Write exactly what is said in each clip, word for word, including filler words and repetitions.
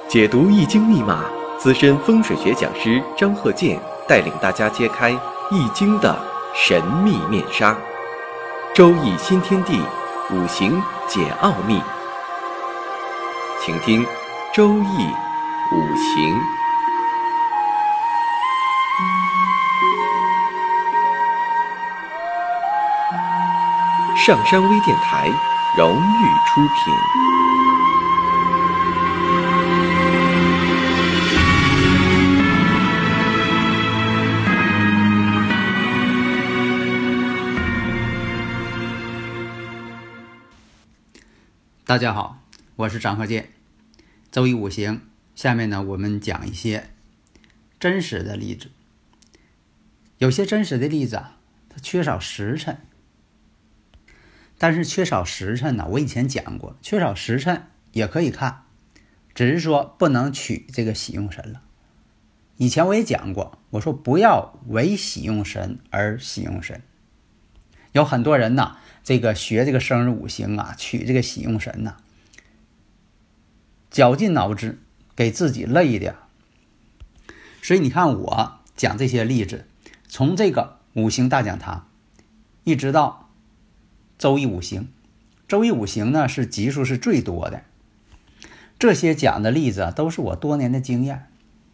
解读易经密码，资深风水学讲师张鹤剑带领大家揭开易经的神秘面纱。周易新天地，五行解奥秘。请听周易五行。上山微电台荣誉出品。 大家好，我是张鹤剑。周易五行，下面呢我们讲一些真实的例子。有些真实的例子啊，它缺少时辰。但是缺少时辰呢，我以前讲过，缺少时辰也可以看，只是说不能取这个喜用神了。以前我也讲过，我说不要为喜用神而喜用神。有很多人呢，这个学这个生日五行啊，取这个喜用神呢，绞尽脑汁，给自己累的。所以你看我讲这些例子，从这个五行大讲堂一直到周易五行，周易五行呢是集数是最多的。这些讲的例子都是我多年的经验。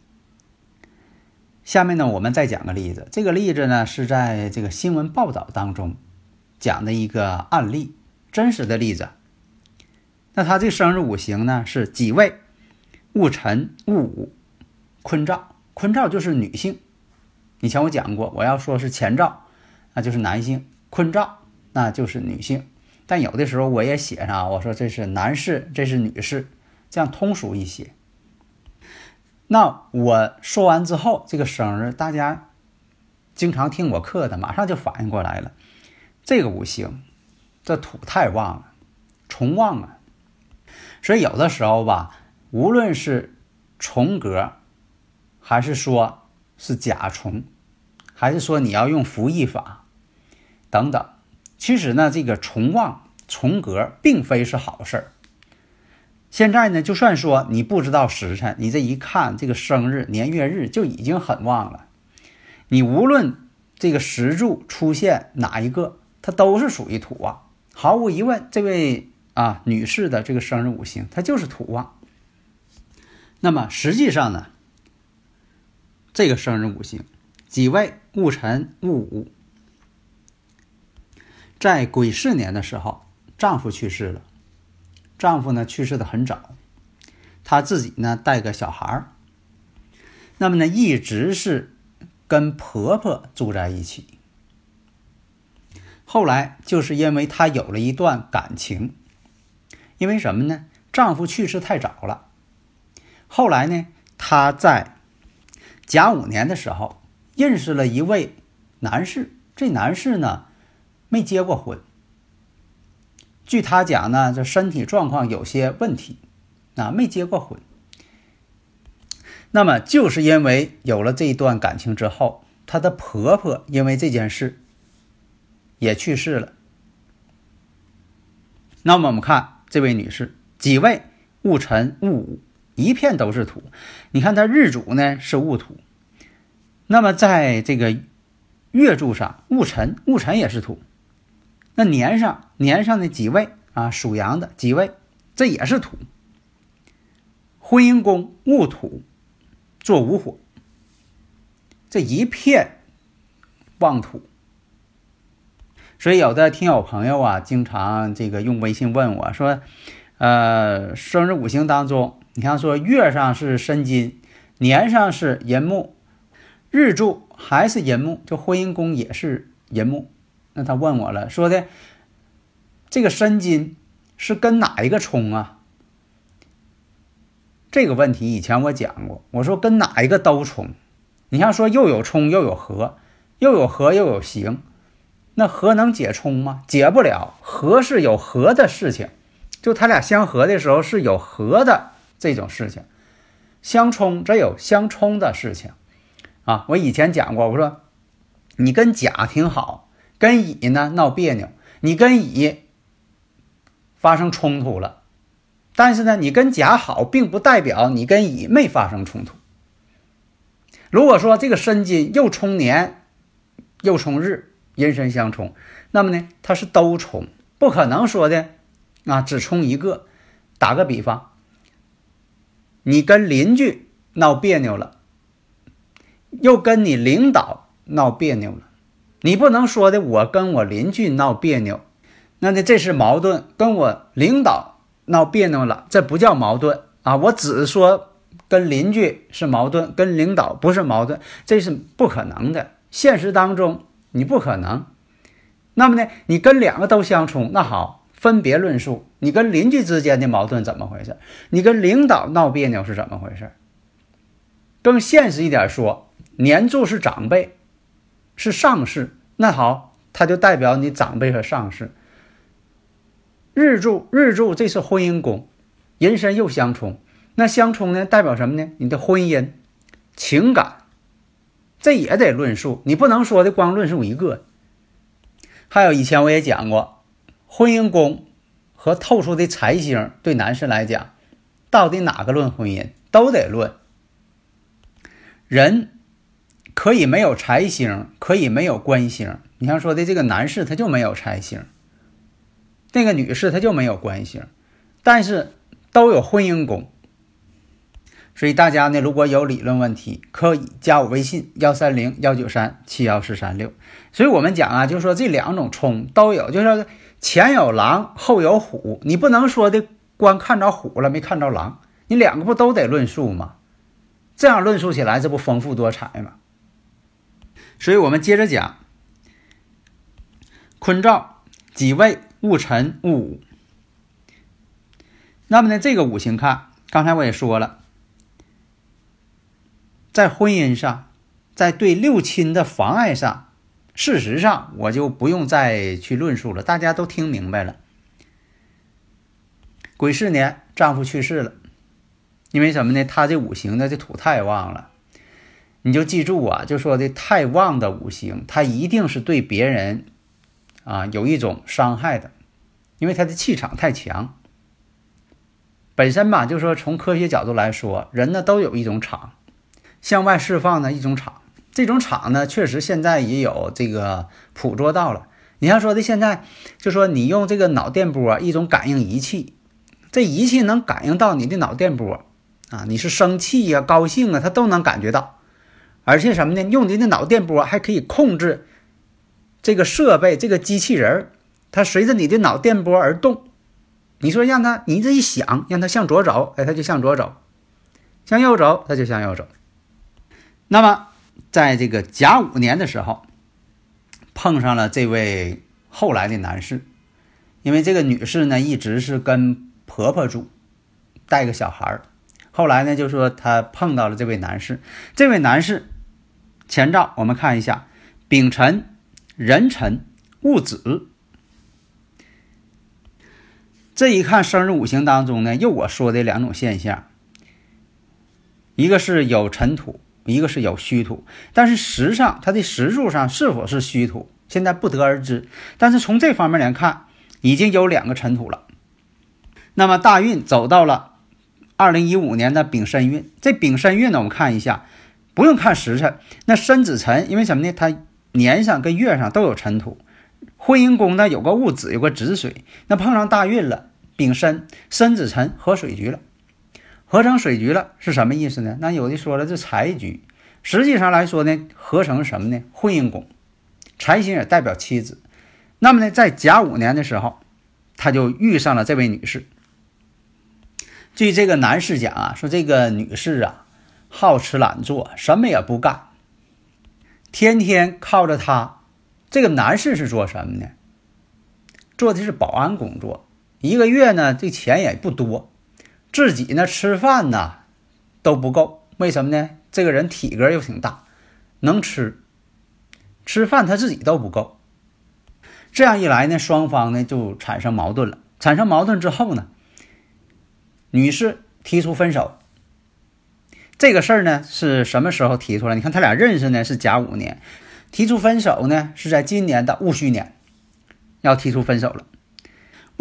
下面呢我们再讲个例子，这个例子呢是在这个新闻报道当中讲的一个案例，真实的例子。那他这生日五行呢是己未、戊辰、戊午、坤兆。坤兆就是女性，以前我讲过，我要说是乾兆那就是男性，坤兆那就是女性。但有的时候我也写上，我说这是男士，这是女士，这样通俗一些。那我说完之后，这个生日大家经常听我课的马上就反应过来了，这个五行这土太旺了，冲旺啊。所以有的时候吧，无论是重格，还是说是甲重，还是说你要用服役法等等，其实呢这个重旺重格并非是好事儿。现在呢就算说你不知道时辰，你这一看这个生日年月日就已经很旺了。你无论这个时柱出现哪一个，它都是属于土旺。毫无疑问，这位啊女士的这个生日五行它就是土旺。那么实际上呢，这个生日五行己未、戊辰、戊午，在癸巳年的时候丈夫去世了。丈夫呢去世的很早，她自己呢带个小孩，那么呢一直是跟婆婆住在一起。后来就是因为她有了一段感情，因为什么呢？丈夫去世太早了。后来呢她在甲午年的时候认识了一位男士，这男士呢没结过婚。据他讲呢，这身体状况有些问题啊，没结过婚。那么就是因为有了这一段感情之后，她的婆婆因为这件事也去世了。那么我们看这位女士，己未、戊辰、戊午，一片都是土。你看她日主呢是戊土，那么在这个月柱上，戊辰，戊辰也是土。那年上年上的己未啊，属阳的己未，这也是土。婚姻宫戊土做午火，这一片旺土。所以有的听友朋友啊，经常这个用微信问我说，呃，生日五行当中，你看说月上是申金，年上是寅木，日柱还是寅木，就婚姻宫也是寅木。那他问我了，说的这个申金是跟哪一个冲啊？这个问题以前我讲过，我说跟哪一个都冲。你像说又有冲又有合，又有合又有刑，那合能解冲吗？解不了。合是有合的事情，就他俩相合的时候是有合的这种事情，相冲这有相冲的事情啊。我以前讲过，我说你跟甲挺好，跟乙呢闹别扭，你跟乙发生冲突了， 但是呢，你跟甲好，并不代表你跟乙没发生冲突。如果说这个申金又冲年又冲日，寅申相冲，那么呢，它是都冲，不可能说的啊只冲一个。打个比方，你跟邻居闹别扭了，又跟你领导闹别扭了，你不能说的我跟我邻居闹别扭，那呢这是矛盾，跟我领导闹别扭了，这不叫矛盾啊！我只说跟邻居是矛盾，跟领导不是矛盾，这是不可能的。现实当中你不可能。那么呢，你跟两个都相冲，那好，分别论述，你跟邻居之间的矛盾怎么回事？你跟领导闹别扭是怎么回事？更现实一点说，年柱是长辈，是上士，那好，它就代表你长辈和上士。日柱，日柱这是婚姻宫，寅申又相冲，那相冲呢，代表什么呢？你的婚姻、情感，这也得论述，你不能说的光论述一个。还有以前我也讲过，婚姻宫和透出的财星对男士来讲，到底哪个论婚姻？都得论。人可以没有财星，可以没有官星。你像说的这个男士他就没有财星，那个女士她就没有官星，但是都有婚姻宫。所以大家呢，如果有理论问题，可以加我微信幺三零幺九三七幺四三六。所以我们讲啊，就是说这两种冲都有，就是说前有狼后有虎，你不能说的光看着虎了没看着狼，你两个不都得论述吗？这样论述起来，这不丰富多彩吗？所以我们接着讲坤兆、己未、戊辰、戊午。那么呢，这个五行看，刚才我也说了，在婚姻上，在对六亲的妨碍上，事实上我就不用再去论述了，大家都听明白了。癸巳年丈夫去世了，因为什么呢？他这五行的这土太旺了，你就记住啊，就说的太旺的五行，它一定是对别人啊有一种伤害的，因为它的气场太强。本身吧，就说从科学角度来说，人呢都有一种场，向外释放的一种场，这种场呢确实现在也有这个捕捉到了。你像说的现在就说你用这个脑电波一种感应仪器，这仪器能感应到你的脑电波啊，你是生气呀、啊、高兴啊，它都能感觉到。而且什么呢？用你的脑电波还可以控制这个设备，这个机器人它随着你的脑电波而动。你说让它，你这一想，让它向左走，哎，它就向左走；向右走，它就向右走。那么在这个甲午年的时候，碰上了这位后来的男士，因为这个女士呢一直是跟婆婆住，带个小孩，后来呢就说她碰到了这位男士。这位男士前兆我们看一下，丙辰、壬辰、戊子。这一看生日五行当中呢，又我说的两种现象，一个是有尘土，一个是有虚土，但是实上它的实数上是否是虚土现在不得而知，但是从这方面来看已经有两个尘土了。那么大运走到了二零一五年的丙申运，这丙申运呢，我们看一下，不用看时辰，那申子辰，因为什么呢？它年上跟月上都有尘土，婚姻宫呢有个戊子，有个子水，那碰上大运了，丙申申子辰合水局了，合成水局了是什么意思呢？那有的说了是财局，实际上来说呢，合成什么呢？婚姻宫，财星也代表妻子。那么呢，在甲午年的时候，他就遇上了这位女士。据这个男士讲啊，说这个女士啊好吃懒做，什么也不干，天天靠着他。这个男士是做什么呢？做的是保安工作，一个月呢这钱也不多，自己呢吃饭呢都不够。为什么呢？这个人体格又挺大，能吃，吃饭他自己都不够。这样一来呢，双方呢就产生矛盾了。产生矛盾之后呢，女士提出分手。这个事儿呢是什么时候提出来？你看他俩认识呢是甲午年，提出分手呢是在今年的戊戌年要提出分手了。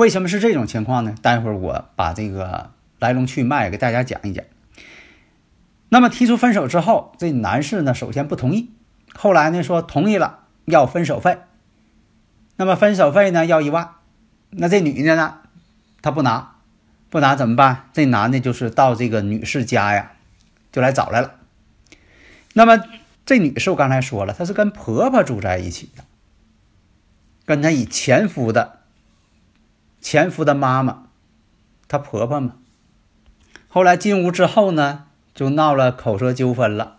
为什么是这种情况呢？待会儿我把这个来龙去脉给大家讲一讲。那么提出分手之后，这男士呢首先不同意，后来呢说同意了，要分手费。那么分手费呢要一万，那这女的呢她不拿，不拿怎么办？这男的就是到这个女士家呀就来找来了。那么这女士我刚才说了，她是跟婆婆住在一起的，跟她以前夫的前夫的妈妈，她婆婆嘛。后来进屋之后呢就闹了口舌纠纷了。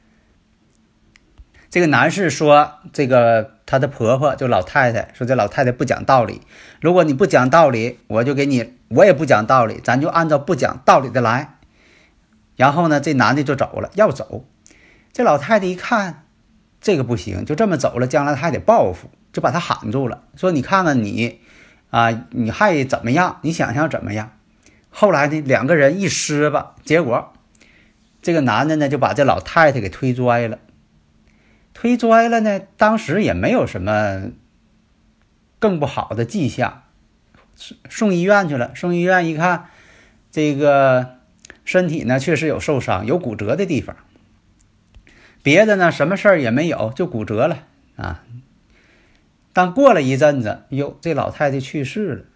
这个男士说这个他的婆婆就老太太说这老太太不讲道理，如果你不讲道理我就给你，我也不讲道理，咱就按照不讲道理的来。然后呢这男的就走了，要走。这老太太一看这个不行，就这么走了，将来还得报复，就把他喊住了，说你看看你啊，你还怎么样，你想想怎么样。后来呢两个人一撕吧，结果这个男的呢就把这老太太给推拽了。推拽了呢，当时也没有什么更不好的迹象，送医院去了。送医院一看，这个身体呢确实有受伤，有骨折的地方，别的呢什么事儿也没有，就骨折了啊。但过了一阵子，哟，这老太太去世了。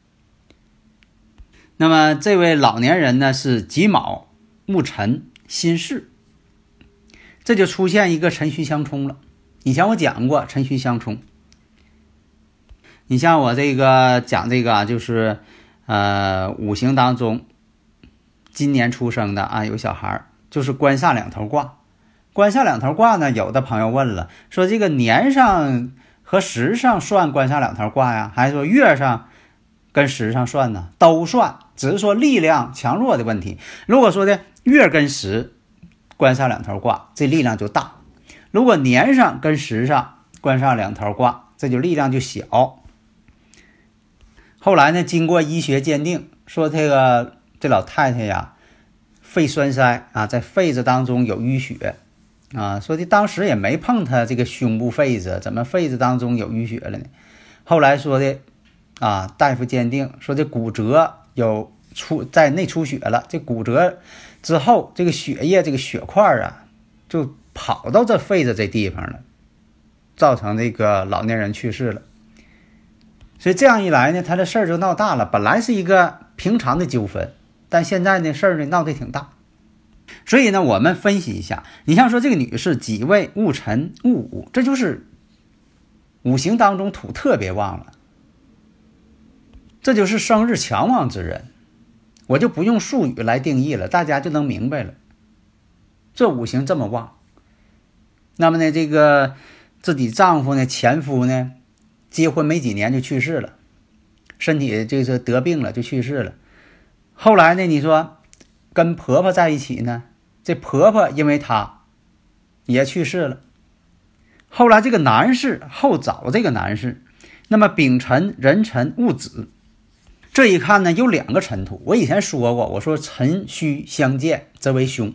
那么这位老年人呢是己卯戊辰辛巳，这就出现一个辰戌相冲了。以前我讲过辰戌相冲，你像我这个讲这个就是呃五行当中今年出生的啊，有小孩就是官煞两头挂。官煞两头挂呢，有的朋友问了，说这个年上和时上算官煞两头挂呀，还是说月上跟时上算呢？都算，只是说力量强弱的问题。如果说的月跟时官煞两头挂，这力量就大；如果年上跟时上官煞两头挂，这就力量就小。后来呢，经过医学鉴定，说这个这老太太呀，肺栓塞啊，在肺子当中有淤血啊，说的当时也没碰她这个胸部肺子，怎么肺子当中有淤血了呢？后来说的啊，大夫鉴定说这骨折有出在内出血了，这骨折之后，这个血液这个血块啊，就跑到这肺子这地方了，造成这个老年人去世了。所以这样一来呢，他的事儿就闹大了。本来是一个平常的纠纷，但现在呢事儿呢闹得挺大。所以呢，我们分析一下，你像说这个女士己未戊辰戊午，这就是五行当中土特别旺了，这就是生日强旺之人。我就不用术语来定义了，大家就能明白了。这五行这么旺，那么呢，这个自己丈夫呢、前夫呢，结婚没几年就去世了，身体这个得病了就去世了。后来呢，你说跟婆婆在一起呢，这婆婆因为她也去世了。后来这个男士后找这个男士，那么丙辰、壬辰、戊子。这一看呢，有两个辰土。我以前说过，我说辰戌相见则为凶。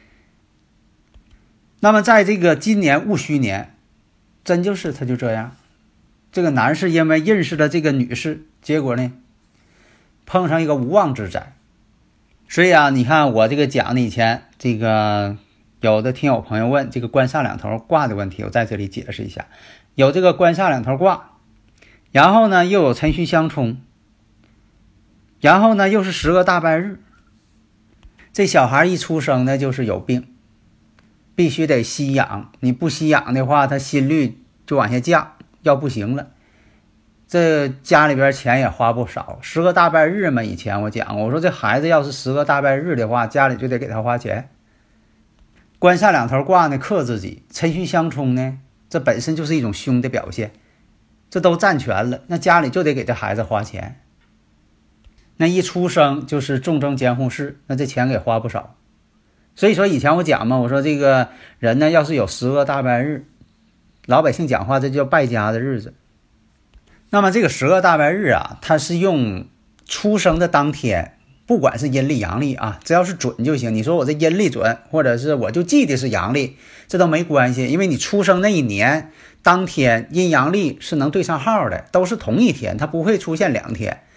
那么在这个今年戊戌年，真就是他就这样。这个男士因为认识了这个女士，结果呢，碰上一个无妄之灾。所以啊，你看我这个讲的以前，这个有的听友朋友问这个官煞两头挂的问题，我在这里解释一下。有这个官煞两头挂，然后呢又有辰戌相冲。然后呢又是十个大拜日，这小孩一出生呢就是有病，必须得吸氧，你不吸氧的话他心率就往下降，要不行了。这家里边钱也花不少，十个大拜日嘛，以前我讲我说这孩子要是十个大拜日的话，家里就得给他花钱。官煞两头挂呢克自己，辰戌相冲呢，这本身就是一种凶的表现，这都占全了，那家里就得给这孩子花钱。那一出生就是重症监护室，那这钱给花不少。所以说以前我讲嘛，我说这个人呢要是有十个大拜日，老百姓讲话这叫败家的日子。那么这个十个大拜日啊，它是用出生的当天，不管是阴历阳历啊，只要是准就行。你说我这阴历准，或者是我就记得是阳历，这都没关系，因为你出生那一年当天阴阳历是能对上号的，都是同一天，它不会出现两天。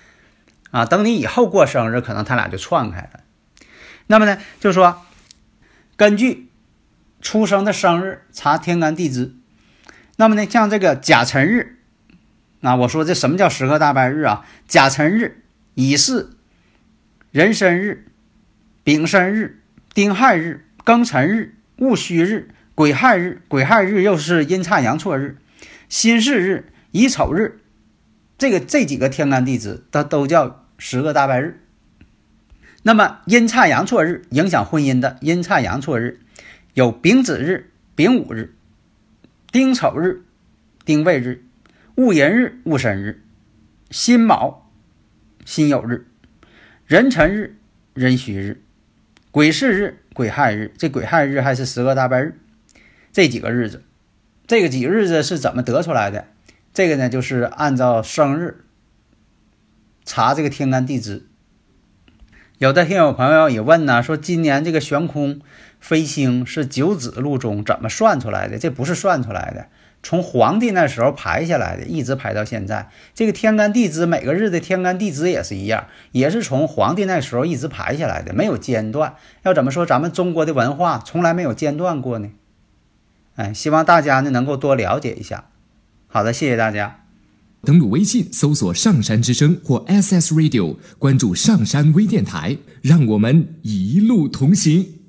啊，等你以后过生日，可能他俩就串开了。那么呢，就是说根据出生的生日查天干地支。那么呢，像这个甲辰日，啊，我说这什么叫十个大白日啊？甲辰日、乙巳、壬申日、丙申日、丁亥日、庚辰日、戊戌日、癸亥日，癸亥日又是阴差阳错日，辛巳日、乙丑日，这个这几个天干地支它都叫十个大白日。那么阴差阳错日影响婚姻的阴差阳错日有丙子日、丙午日、丁丑日、丁未日、戊寅日、戊申日、辛卯、辛酉日、壬辰日、壬戌日、癸巳日、癸亥日。这癸亥日还是十个大白日。这几个日子，这个几个日子是怎么得出来的？这个呢，就是按照生日查这个天干地支。有的听友朋友也问呢，说今年这个悬空飞星是九子路中，怎么算出来的？这不是算出来的，从皇帝那时候排下来的，一直排到现在。这个天干地支，每个日的天干地支也是一样，也是从皇帝那时候一直排下来的，没有间断。要怎么说咱们中国的文化从来没有间断过呢？哎，希望大家呢能够多了解一下。好的，谢谢大家。 登录微信搜索上山之声或 S S Radio， 关注上山微电台，让我们一路同行。